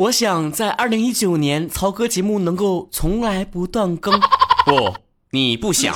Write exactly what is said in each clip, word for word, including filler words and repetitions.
我想在二零一九年曹哥节目能够从来不断更。不，你不想。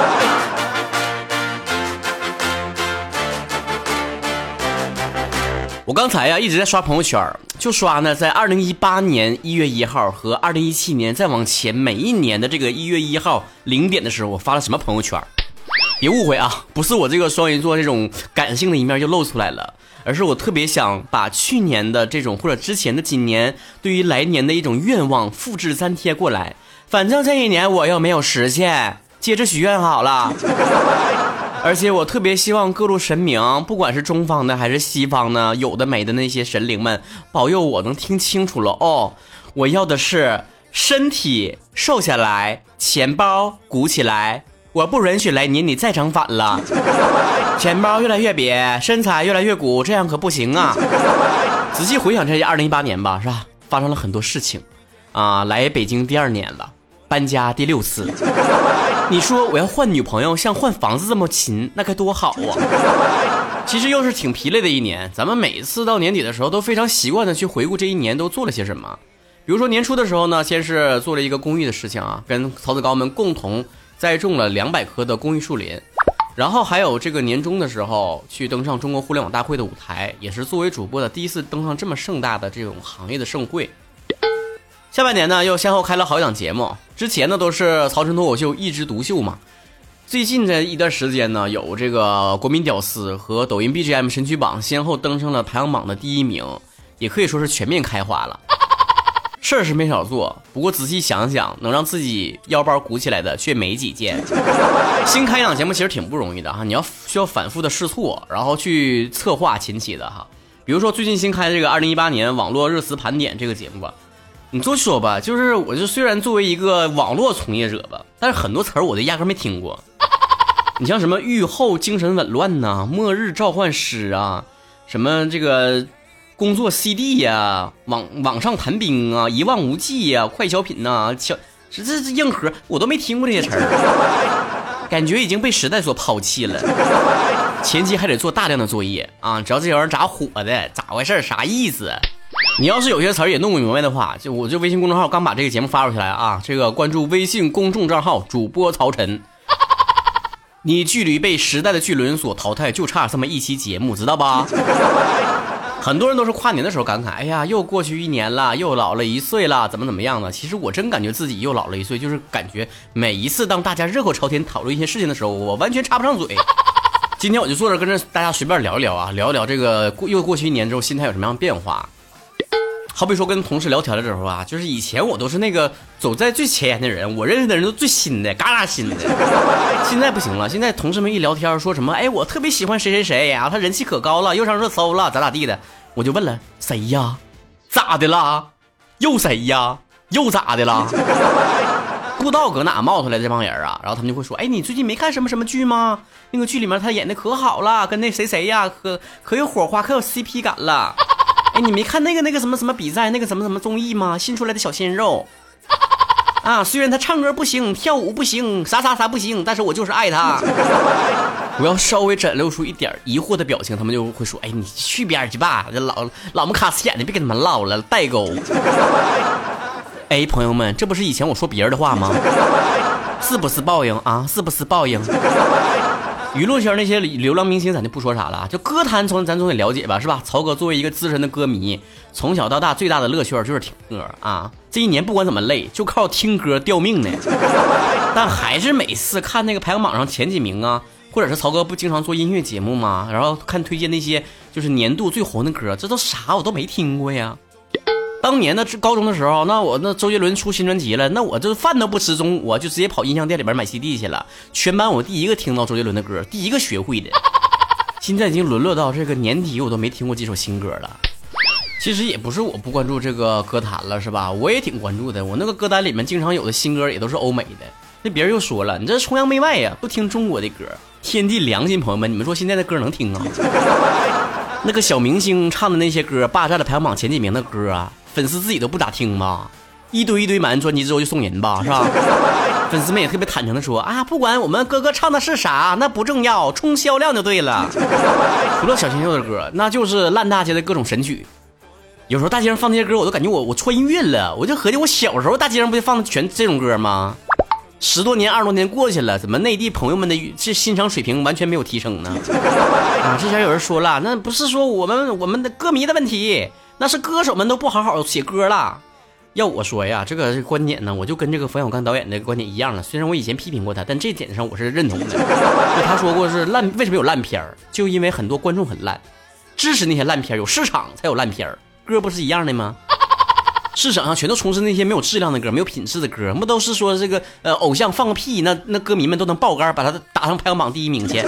我刚才呀、啊、一直在刷朋友圈，就刷呢，在二零一八年一月一号和二零一七年再往前每一年的这个一月一号零点的时候，我发了什么朋友圈。别误会啊，不是我这个双鱼座这种感性的一面就露出来了，而是我特别想把去年的这种或者之前的今年对于来年的一种愿望复制粘贴过来。反正这一年我又没有实现，接着许愿好了。而且我特别希望各路神明，不管是中方的还是西方的，有的没的那些神灵们，保佑我能听清楚了哦。我要的是身体瘦下来，钱包鼓起来，我不允许来年你再长反了。钱包越来越瘪，身材越来越鼓，这样可不行啊。仔细回想这二零一八年吧，是吧？发生了很多事情啊，来北京第二年了，搬家第六次。你说我要换女朋友像换房子这么勤，那该多好啊。其实又是挺疲累的一年，咱们每次到年底的时候都非常习惯的去回顾这一年都做了些什么。比如说年初的时候呢，先是做了一个公益的事情啊，跟曹子高们共同栽种了两百棵的公益树林。然后还有这个年终的时候去登上中国互联网大会的舞台，也是作为主播的第一次登上这么盛大的这种行业的盛会。下半年呢又先后开了好几档节目，之前呢都是曹晨脱口秀一枝独秀嘛。最近这一段时间呢，有这个国民屌丝和抖音 B G M 神曲榜先后登上了排行榜的第一名，也可以说是全面开花了。事儿是没少做，不过仔细想想，能让自己腰包鼓起来的却没几件。新开一档节目其实挺不容易的哈，你要需要反复的试错，然后去策划前期的哈。比如说最近新开的这个二零一八年网络热词盘点这个节目吧，你就说吧，就是我就虽然作为一个网络从业者吧，但是很多词儿我就压根没听过。你像什么愈后精神紊乱呐、末日召唤师啊，什么这个工作 C D 呀、啊、网网上谈兵啊、一望无际呀、啊、快小品呐、啊，这这这硬核我都没听过这些词儿，感觉已经被时代所抛弃了。前期还得做大量的作业啊，知道这玩意儿咋火的，咋回事，啥意思？你要是有些词儿也弄不明白的话，就我这微信公众号刚把这个节目发出去来啊，这个关注微信公众账号主播曹晨。你距离被时代的巨轮所淘汰就差这么一期节目，知道吧？很多人都是跨年的时候感慨，哎呀，又过去一年了，又老了一岁了，怎么怎么样呢？其实我真感觉自己又老了一岁，就是感觉每一次当大家热口朝天讨论一些事情的时候，我完全插不上嘴。今天我就坐这跟着大家随便聊一聊啊，聊一聊这个又过去一年之后心态有什么样的变化。好比说跟同事聊天的时候啊，就是以前我都是那个走在最前沿的人，我认识的人都最新的，嘎嘎新的。现在不行了，现在同事们一聊天说什么，哎，我特别喜欢谁谁谁呀、啊，他人气可高了，又上热搜了，咋咋地的，我就问了，谁呀？咋的啦？又谁呀？又咋的啦？不知道搁哪冒出来这帮人啊，然后他们就会说，哎，你最近没看什么什么剧吗？那个剧里面他演的可好了，跟那谁谁呀，可可有火花，可有 C P 感了。哎，你没看那个那个什么什么比赛，那个什么什么综艺吗？新出来的小鲜肉啊，虽然他唱歌不行，跳舞不行，啥啥啥不行，但是我就是爱他。我要稍微展露出一点疑惑的表情，他们就会说，哎，你去边去吧，这老老么卡死眼的，别跟他们唠了，代沟。哎，朋友们，这不是以前我说别人的话吗？是不是报应啊？是不是报应？娱乐圈那些流浪明星咱就不说啥了，就歌坛从咱总得了解吧，是吧？曹哥作为一个资深的歌迷，从小到大最大的乐趣就是听歌啊，这一年不管怎么累就靠听歌吊命呢。但还是每次看那个排行榜上前几名啊，或者是曹哥不经常做音乐节目吗？然后看推荐那些就是年度最红的歌，这都啥我都没听过呀。当年的高中的时候，那我那周杰伦出新专辑了，那我这饭都不吃，中午我就直接跑音像店里边买 C D 去了。全班我第一个听到周杰伦的歌，第一个学会的。现在已经沦落到这个年底我都没听过几首新歌了。其实也不是我不关注这个歌坛了，是吧？我也挺关注的，我那个歌单里面经常有的新歌也都是欧美的。那别人又说了，你这崇洋媚外呀，不听中国的歌。天地良心，朋友们，你们说现在的歌能听啊？那个小明星唱的那些歌霸占了排行榜前几名的歌啊，粉丝自己都不咋听吧，一堆一堆买完专辑之后就送人吧，是吧？粉丝们也特别坦诚的说啊，不管我们哥哥唱的是啥，那不重要，冲销量就对了。除了小鲜肉的歌，那就是烂大街的各种神曲。 有时候大街上放这些歌，我都感觉我我穿越了，我就合计我小时候大街上不就放的全这种歌吗？十多年、二十多年过去了，怎么内地朋友们的这欣赏水平完全没有提升呢？啊，之前有人说了，那不是说我们我们的歌迷的问题，那是歌手们都不好好写歌了。要我说呀，这个观点呢，我就跟这个冯小刚导演的观点一样了。虽然我以前批评过他，但这点上我是认同的。就他说过是烂，为什么有烂片儿？就因为很多观众很烂，支持那些烂片，有市场才有烂片儿。歌不是一样的吗？市场上全都充斥那些没有质量的歌，没有品质的歌，不都是说这个呃偶像放个屁，那那歌迷们都能爆肝，把他打上排行榜第一名去。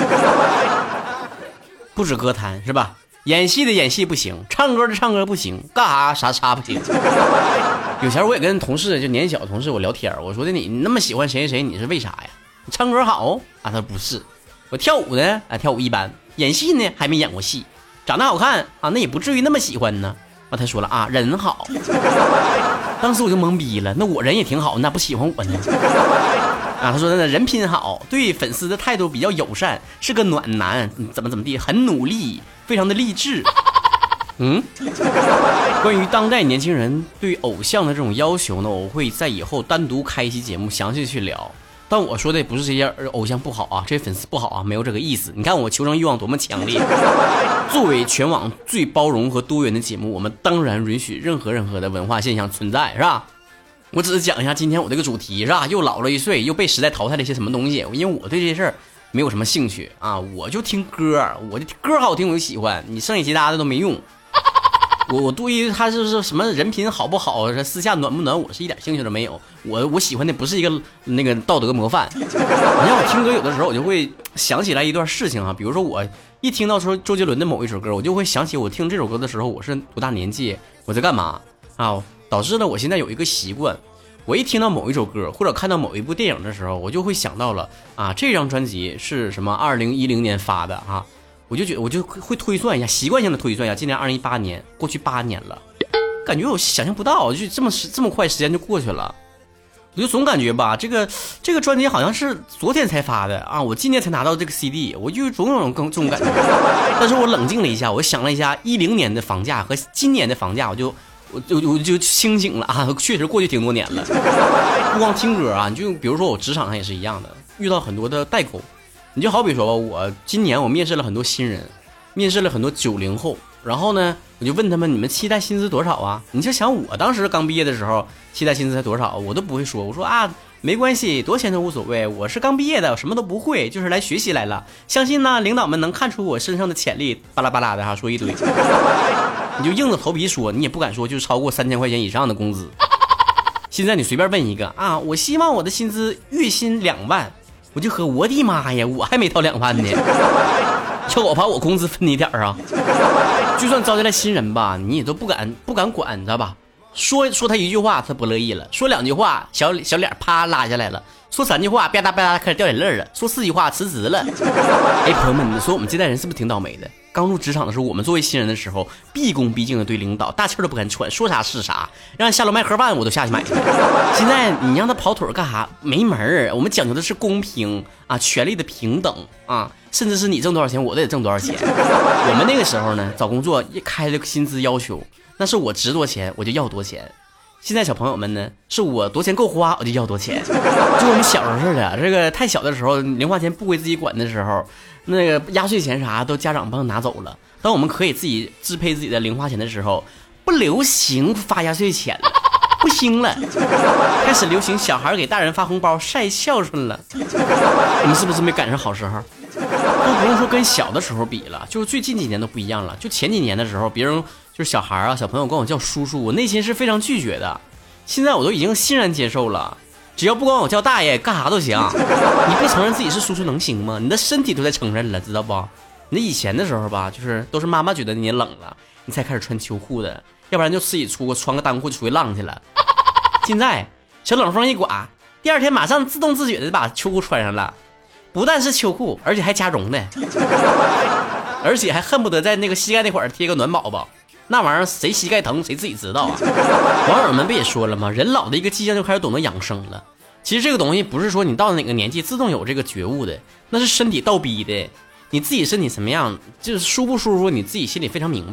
不止歌坛是吧？演戏的演戏不行，唱歌的唱歌不行，干啥啥啥不行。有前我也跟同事，就年小的同事我聊天，我说的你那么喜欢谁谁，你是为啥呀？你唱歌好啊？他说不是，我跳舞呢啊跳舞一般，演戏呢还没演过戏，长得好看啊那也不至于那么喜欢呢。啊，他说了啊，人好。当时我就懵逼了，那我人也挺好，那不喜欢我呢？啊，他说那人品好，对粉丝的态度比较友善，是个暖男，怎么怎么地，很努力，非常的励志。嗯，关于当代年轻人对偶像的这种要求呢，我会在以后单独开一期节目详细去聊。但我说的不是这些偶像不好啊，这些粉丝不好啊，没有这个意思。你看我求生欲望多么强烈。作为全网最包容和多元的节目，我们当然允许任何任何的文化现象存在，是吧？我只是讲一下今天我这个主题，是吧？又老了一岁，又被时代淘汰了一些什么东西。因为我对这些事儿没有什么兴趣啊，我就听歌，我就歌好听我就喜欢，你剩下其他的都没用。我我对于他是什么人品好不好，私下暖不暖，我是一点兴趣都没有。我我喜欢的不是一个那个道德模范。你让我听歌，有的时候我就会想起来一段事情啊，比如说我一听到说周杰伦的某一首歌，我就会想起我听这首歌的时候我是多大年纪，我在干嘛啊？导致呢，我现在有一个习惯，我一听到某一首歌或者看到某一部电影的时候，我就会想到了啊，这张专辑是什么二零一零年发的啊。我就觉得我就会推算一下，习惯性的推算一下，今年二零一八年，过去八年了，感觉我想象不到，就这么这么快时间就过去了，我就总感觉吧，这个这个专辑好像是昨天才发的啊，我今年才拿到这个 C D， 我就总有这种感觉。但是我冷静了一下，我想了一下一零年的房价和今年的房价，我就我就我就清醒了啊，确实过去挺多年了。不光听歌啊，你就比如说我职场上也是一样的，遇到很多的代沟。你就好比说吧，我今年我面试了很多新人，面试了很多九零后，然后呢，我就问他们你们期待薪资多少啊？你就想我当时刚毕业的时候，期待薪资才多少，我都不会说，我说啊没关系，多钱都无所谓，我是刚毕业的，我什么都不会，就是来学习来了。相信呢，领导们能看出我身上的潜力，巴拉巴拉的哈，说一堆。你就硬着头皮说，你也不敢说就是超过三千块钱以上的工资。现在你随便问一个啊，我希望我的薪资月薪两万。我就和我的妈呀，我还没到两万呢，要我把我工资分你点儿啊！就算招进来新人吧，你也都不敢不敢管，知道吧？说说他一句话，他不乐意了；说两句话，小小脸啪拉下来了；说三句话，吧嗒吧嗒开始掉眼泪了；说四句话，辞职了。哎，朋友们，你说我们这代人是不是挺倒霉的？刚入职场的时候，我们作为新人的时候，毕恭毕敬的对领导，大气都不敢喘，说啥是啥，让人下楼卖盒饭我都下去买。现在你让他跑腿干啥？没门儿！我们讲究的是公平啊，权利的平等啊，甚至是你挣多少钱，我得挣多少钱。我们那个时候呢，找工作一开了个薪资要求，那是我值多钱我就要多钱。现在小朋友们呢，是我多钱够花我就要多钱，就我们小时候似的，这个太小的时候，零花钱不归自己管的时候，那个压岁钱啥都家长帮拿走了。当我们可以自己支配自己的零花钱的时候，不流行发压岁钱了，不行了，开始流行小孩给大人发红包晒孝顺了。我们是不是没赶上好时候？都不用说跟小的时候比了，就是最近几年都不一样了。就前几年的时候，别人就是小孩啊小朋友管我叫叔叔，我内心是非常拒绝的。现在我都已经欣然接受了，只要不管我叫大爷，干啥都行。你不承认自己是叔叔能行吗？你的身体都在承认了，知道不？你以前的时候吧，就是都是妈妈觉得你冷了，你才开始穿秋裤的，要不然就自己出个穿个单裤就出去浪去了。现在小冷风一刮，第二天马上自动自觉的把秋裤穿上了，不但是秋裤，而且还加绒的，而且还恨不得在那个膝盖那块贴个暖宝宝。那玩意儿谁膝盖疼谁自己知道啊。网友们不也说了吗？人老的一个迹象就开始懂得养生了。其实这个东西不是说你到了哪个年纪自动有这个觉悟的，那是身体倒逼的。你自己身体什么样，就是舒不舒服，你自己心里非常明白。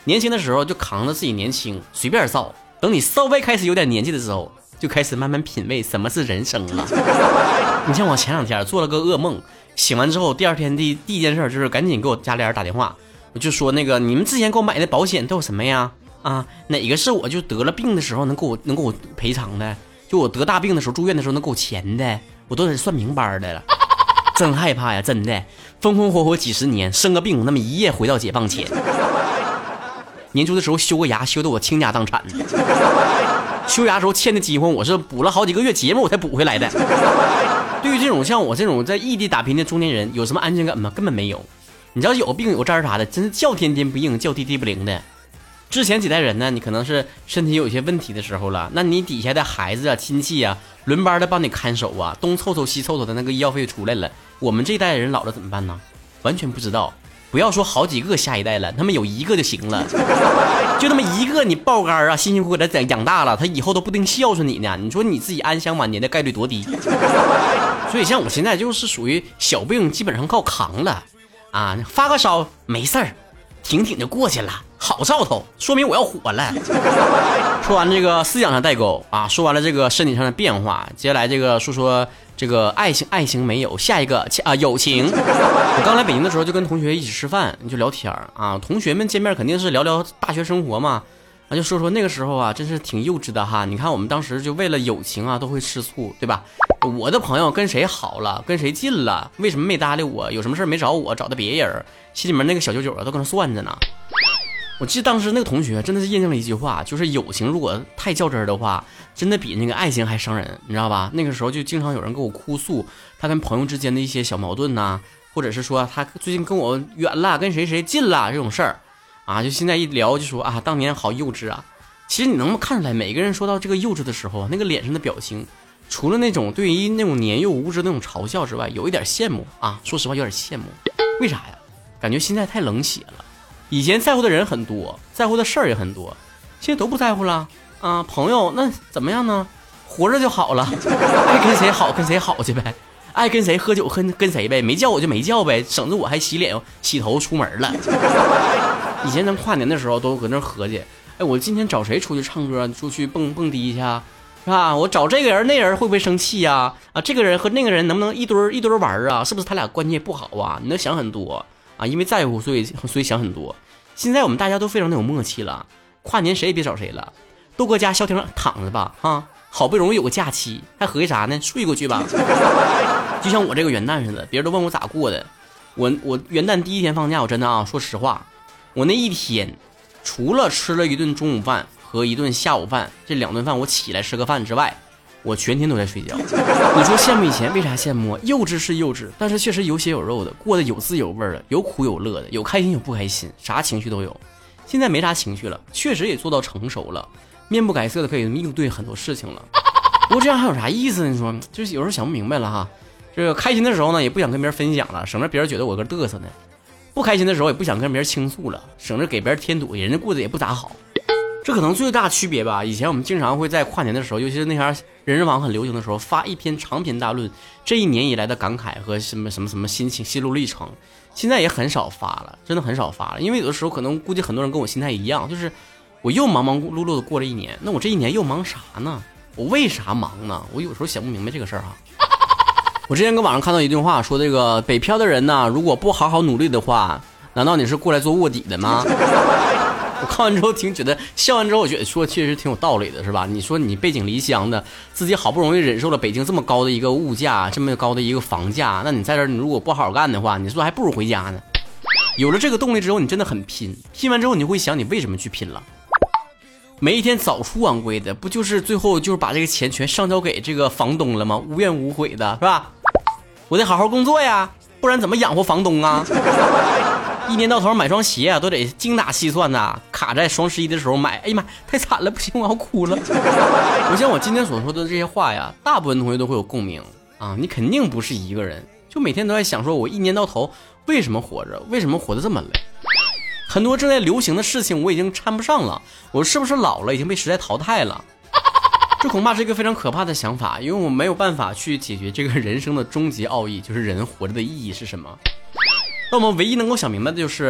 年轻的时候就扛着自己年轻随便造，等你稍微开始有点年纪的时候，就开始慢慢品味什么是人生了。你像我前两天做了个噩梦，醒完之后第二天第第一件事就是赶紧给我家里人打电话，我就说那个你们之前给我买的保险都有什么呀？啊，哪个是我就得了病的时候能给我能给我赔偿的？就我得大病的时候住院的时候能给我钱的，我都得算明白的了。真害怕呀，真的，风风火火几十年，生个病那么一夜回到解放前。年初的时候修个牙，修得我倾家荡产。修牙时候欠的饥荒，我是补了好几个月节目我才补回来的。对于这种像我这种在异地打拼的中年人，有什么安全感吗？根本没有。你知道有病有灾啥的，真是叫天天不应，叫地地不灵的。之前几代人呢，你可能是身体有一些问题的时候了，那你底下的孩子啊、亲戚啊，轮班的帮你看守啊，东凑凑西凑凑的，那个医药费出来了。我们这一代人老了怎么办呢？完全不知道。不要说好几个下一代了，他们有一个就行了，就那么一个你爆肝啊，辛辛苦苦的养大了，他以后都不定孝顺你呢。你说你自己安享晚年的概率多低？所以像我现在就是属于小病基本上靠扛了啊，发个烧没事儿，挺挺就过去了，好兆头，说明我要火了。说完这个思想上代沟啊，说完了这个身体上的变化，接下来这个说说这个爱情，爱情没有，下一个啊友情。我刚来北京的时候就跟同学一起吃饭，就聊天啊，同学们见面肯定是聊聊大学生活嘛，啊就说说那个时候啊，真是挺幼稚的哈。你看我们当时就为了友情啊，都会吃醋，对吧？我的朋友跟谁好了，跟谁近了，为什么没搭理我？有什么事没找我，找的别人，心里面那个小九九啊，都跟那算着呢。我记得当时那个同学真的是验证了一句话，就是友情如果太较真的话，真的比那个爱情还伤人，你知道吧？那个时候就经常有人跟我哭诉他跟朋友之间的一些小矛盾呐、啊，或者是说他最近跟我远了，跟谁谁近了这种事儿啊，就现在一聊就说啊，当年好幼稚啊。其实你能不能看出来，每个人说到这个幼稚的时候，那个脸上的表情，除了那种对于那种年幼无知的那种嘲笑之外，有一点羡慕啊。说实话，有点羡慕。为啥呀？感觉现在太冷血了。以前在乎的人很多，在乎的事儿也很多，现在都不在乎了啊！朋友那怎么样呢？活着就好了，爱跟谁好跟谁好去呗，爱跟谁喝酒跟跟谁呗，没叫我就没叫呗，省得我还洗脸洗头出门了。以前咱跨年的时候都搁那合计，哎，我今天找谁出去唱歌，出去蹦蹦迪一下，是吧？我找这个人那人会不会生气呀？啊，这个人和那个人能不能一堆一堆玩啊？是不是他俩关系不好啊？你能想很多啊，因为在乎，所以所以想很多。现在我们大家都非常的有默契了，跨年谁也别找谁了，都搁家消停躺着吧，哈，好不容易有个假期，还合计啥呢？睡过去吧。就像我这个元旦似的，别人都问我咋过的，我我元旦第一天放假，我真的啊，说实话，我那一天除了吃了一顿中午饭和一顿下午饭，这两顿饭我起来吃个饭之外，我全天都在睡觉。你说羡慕以前，为啥羡慕？幼稚是幼稚，但是确实有血有肉的，过得有滋有味的，有苦有乐的，有开心有不开心，啥情绪都有。现在没啥情绪了，确实也做到成熟了，面不改色的可以应对很多事情了。不过这样还有啥意思呢？你说，就是有时候想不明白了哈。这个开心的时候呢，也不想跟别人分享了，省得别人觉得我个嘚瑟呢；不开心的时候，也不想跟别人倾诉了，省着给别人添堵，人家过得也不咋好。这可能最大区别吧。以前我们经常会在跨年的时候，尤其是那前人人网很流行的时候，发一篇长篇大论这一年以来的感慨和什么什么什么心情、心路历程。现在也很少发了，真的很少发了，因为有的时候可能估计很多人跟我心态一样，就是我又忙忙碌碌的过了一年，那我这一年又忙啥呢？我为啥忙呢？我有时候想不明白这个事儿哈。我之前跟网上看到一句话，说这个北漂的人呢，如果不好好努力的话，难道你是过来做卧底的吗？我看完之后挺觉得，笑完之后我觉得说确实挺有道理的，是吧？你说你背井离乡的，自己好不容易忍受了北京这么高的一个物价，这么高的一个房价，那你在这儿你如果不好好干的话，你说还不如回家呢。有了这个动力之后，你真的很拼，拼完之后你会想你为什么去拼了。每一天早出晚归的，不就是最后就是把这个钱全上交给这个房东了吗？无怨无悔的，是吧？我得好好工作呀，不然怎么养活房东啊？一年到头买双鞋啊，都得精打细算呐，卡在双十一的时候买。哎呀妈，太惨了，不行，我要哭了。我像我今天所说的这些话呀，大部分同学都会有共鸣啊。你肯定不是一个人，就每天都在想说，我一年到头为什么活着？为什么活得这么累？很多正在流行的事情我已经掺不上了，我是不是老了，已经被时代淘汰了？这恐怕是一个非常可怕的想法，因为我没有办法去解决这个人生的终极奥义，就是人活着的意义是什么。那我们唯一能够想明白的就是，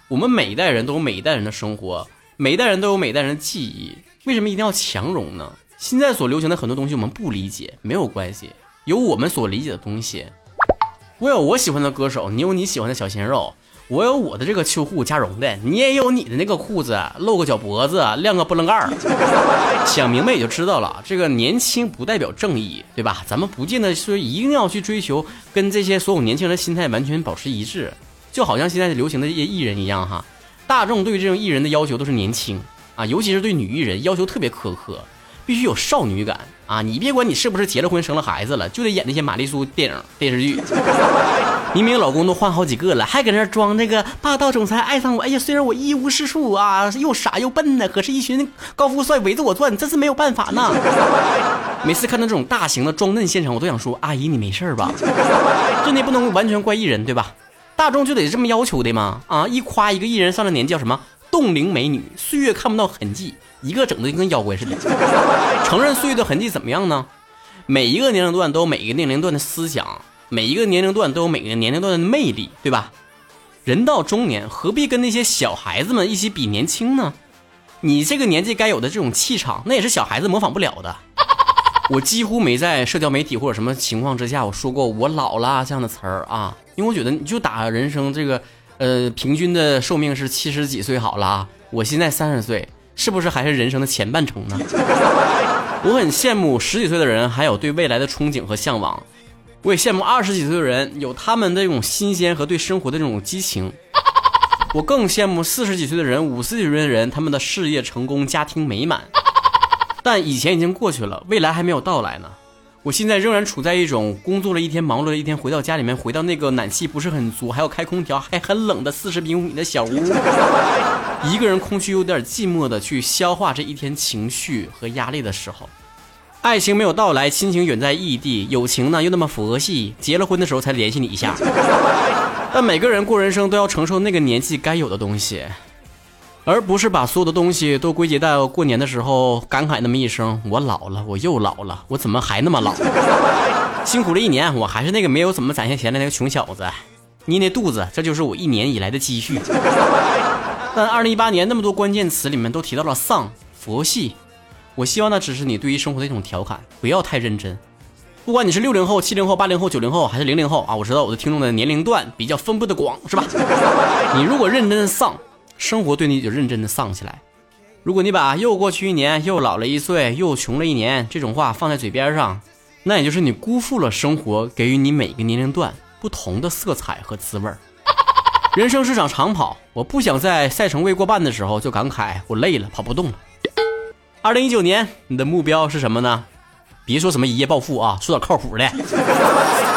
我们每一代人都有每一代人的生活，每一代人都有每一代人的记忆，为什么一定要强融呢？现在所流行的很多东西我们不理解，没有关系，有我们所理解的东西。我有我喜欢的歌手，你有你喜欢的小鲜肉，我有我的这个秋裤加绒的，你也有你的那个裤子，露个脚脖子，亮个波棱盖。想明白也就知道了，这个年轻不代表正义，对吧？咱们不见得说一定要去追求跟这些所有年轻人的心态完全保持一致，就好像现在流行的这些艺人一样哈，大众对于这种艺人的要求都是年轻啊，尤其是对女艺人要求特别苛刻，必须有少女感啊！你别管你是不是结了婚生了孩子了，就得演那些玛丽苏电影电视剧。明明老公都换好几个了，还搁那装那个霸道总裁爱上我。哎呀，虽然我一无是处啊，又傻又笨呢，可是一群高富帅围着我转，真是没有办法呢。每次看到这种大型的装嫩现场，我都想说，阿姨你没事吧？真的不能完全怪艺人，对吧？大众就得这么要求的吗？啊，一夸一个艺人上了年纪叫什么冻龄美女，岁月看不到痕迹，一个整的跟妖怪似的。承认岁月的痕迹怎么样呢？每一个年龄段都有每一个年龄段的思想，每一个年龄段都有每个年龄段的魅力，对吧？人到中年，何必跟那些小孩子们一起比年轻呢？你这个年纪该有的这种气场，那也是小孩子模仿不了的。我几乎没在社交媒体或者什么情况之下我说过我老了这样的词儿啊，因为我觉得你就打人生这个呃平均的寿命是七十几岁好了，我现在三十岁，是不是还是人生的前半程呢？我很羡慕十几岁的人还有对未来的憧憬和向往，我也羡慕二十几岁的人有他们的这种新鲜和对生活的这种激情，我更羡慕四十几岁的人五十几岁的人他们的事业成功家庭美满。但以前已经过去了，未来还没有到来呢。我现在仍然处在一种工作了一天忙碌了一天回到家里面，回到那个暖气不是很足还要开空调还很冷的四十平米的小屋，一个人空虚有点寂寞的去消化这一天情绪和压力的时候。爱情没有到来，亲情远在异地，友情呢又那么佛系，结了婚的时候才联系你一下。但每个人过人生都要承受那个年纪该有的东西，而不是把所有的东西都归结到过年的时候感慨那么一声，我老了，我又老了，我怎么还那么老？辛苦了一年，我还是那个没有怎么攒下钱的那个穷小子，捏捏肚子，这就是我一年以来的积蓄。但二零一八年那么多关键词里面都提到了丧、佛系，我希望那只是你对于生活的一种调侃，不要太认真。不管你是六零后、七零后、八零后、九零后还是零零后啊，我知道我的听众的年龄段比较分布的广，是吧？你如果认真的丧，生活对你就认真的丧起来。如果你把又过去一年，又老了一岁，又穷了一年这种话放在嘴边上，那也就是你辜负了生活给予你每个年龄段不同的色彩和滋味。人生是场长跑，我不想在赛程未过半的时候就感慨我累了，跑不动了。二零一九年你的目标是什么呢？别说什么一夜暴富啊，说点靠谱的。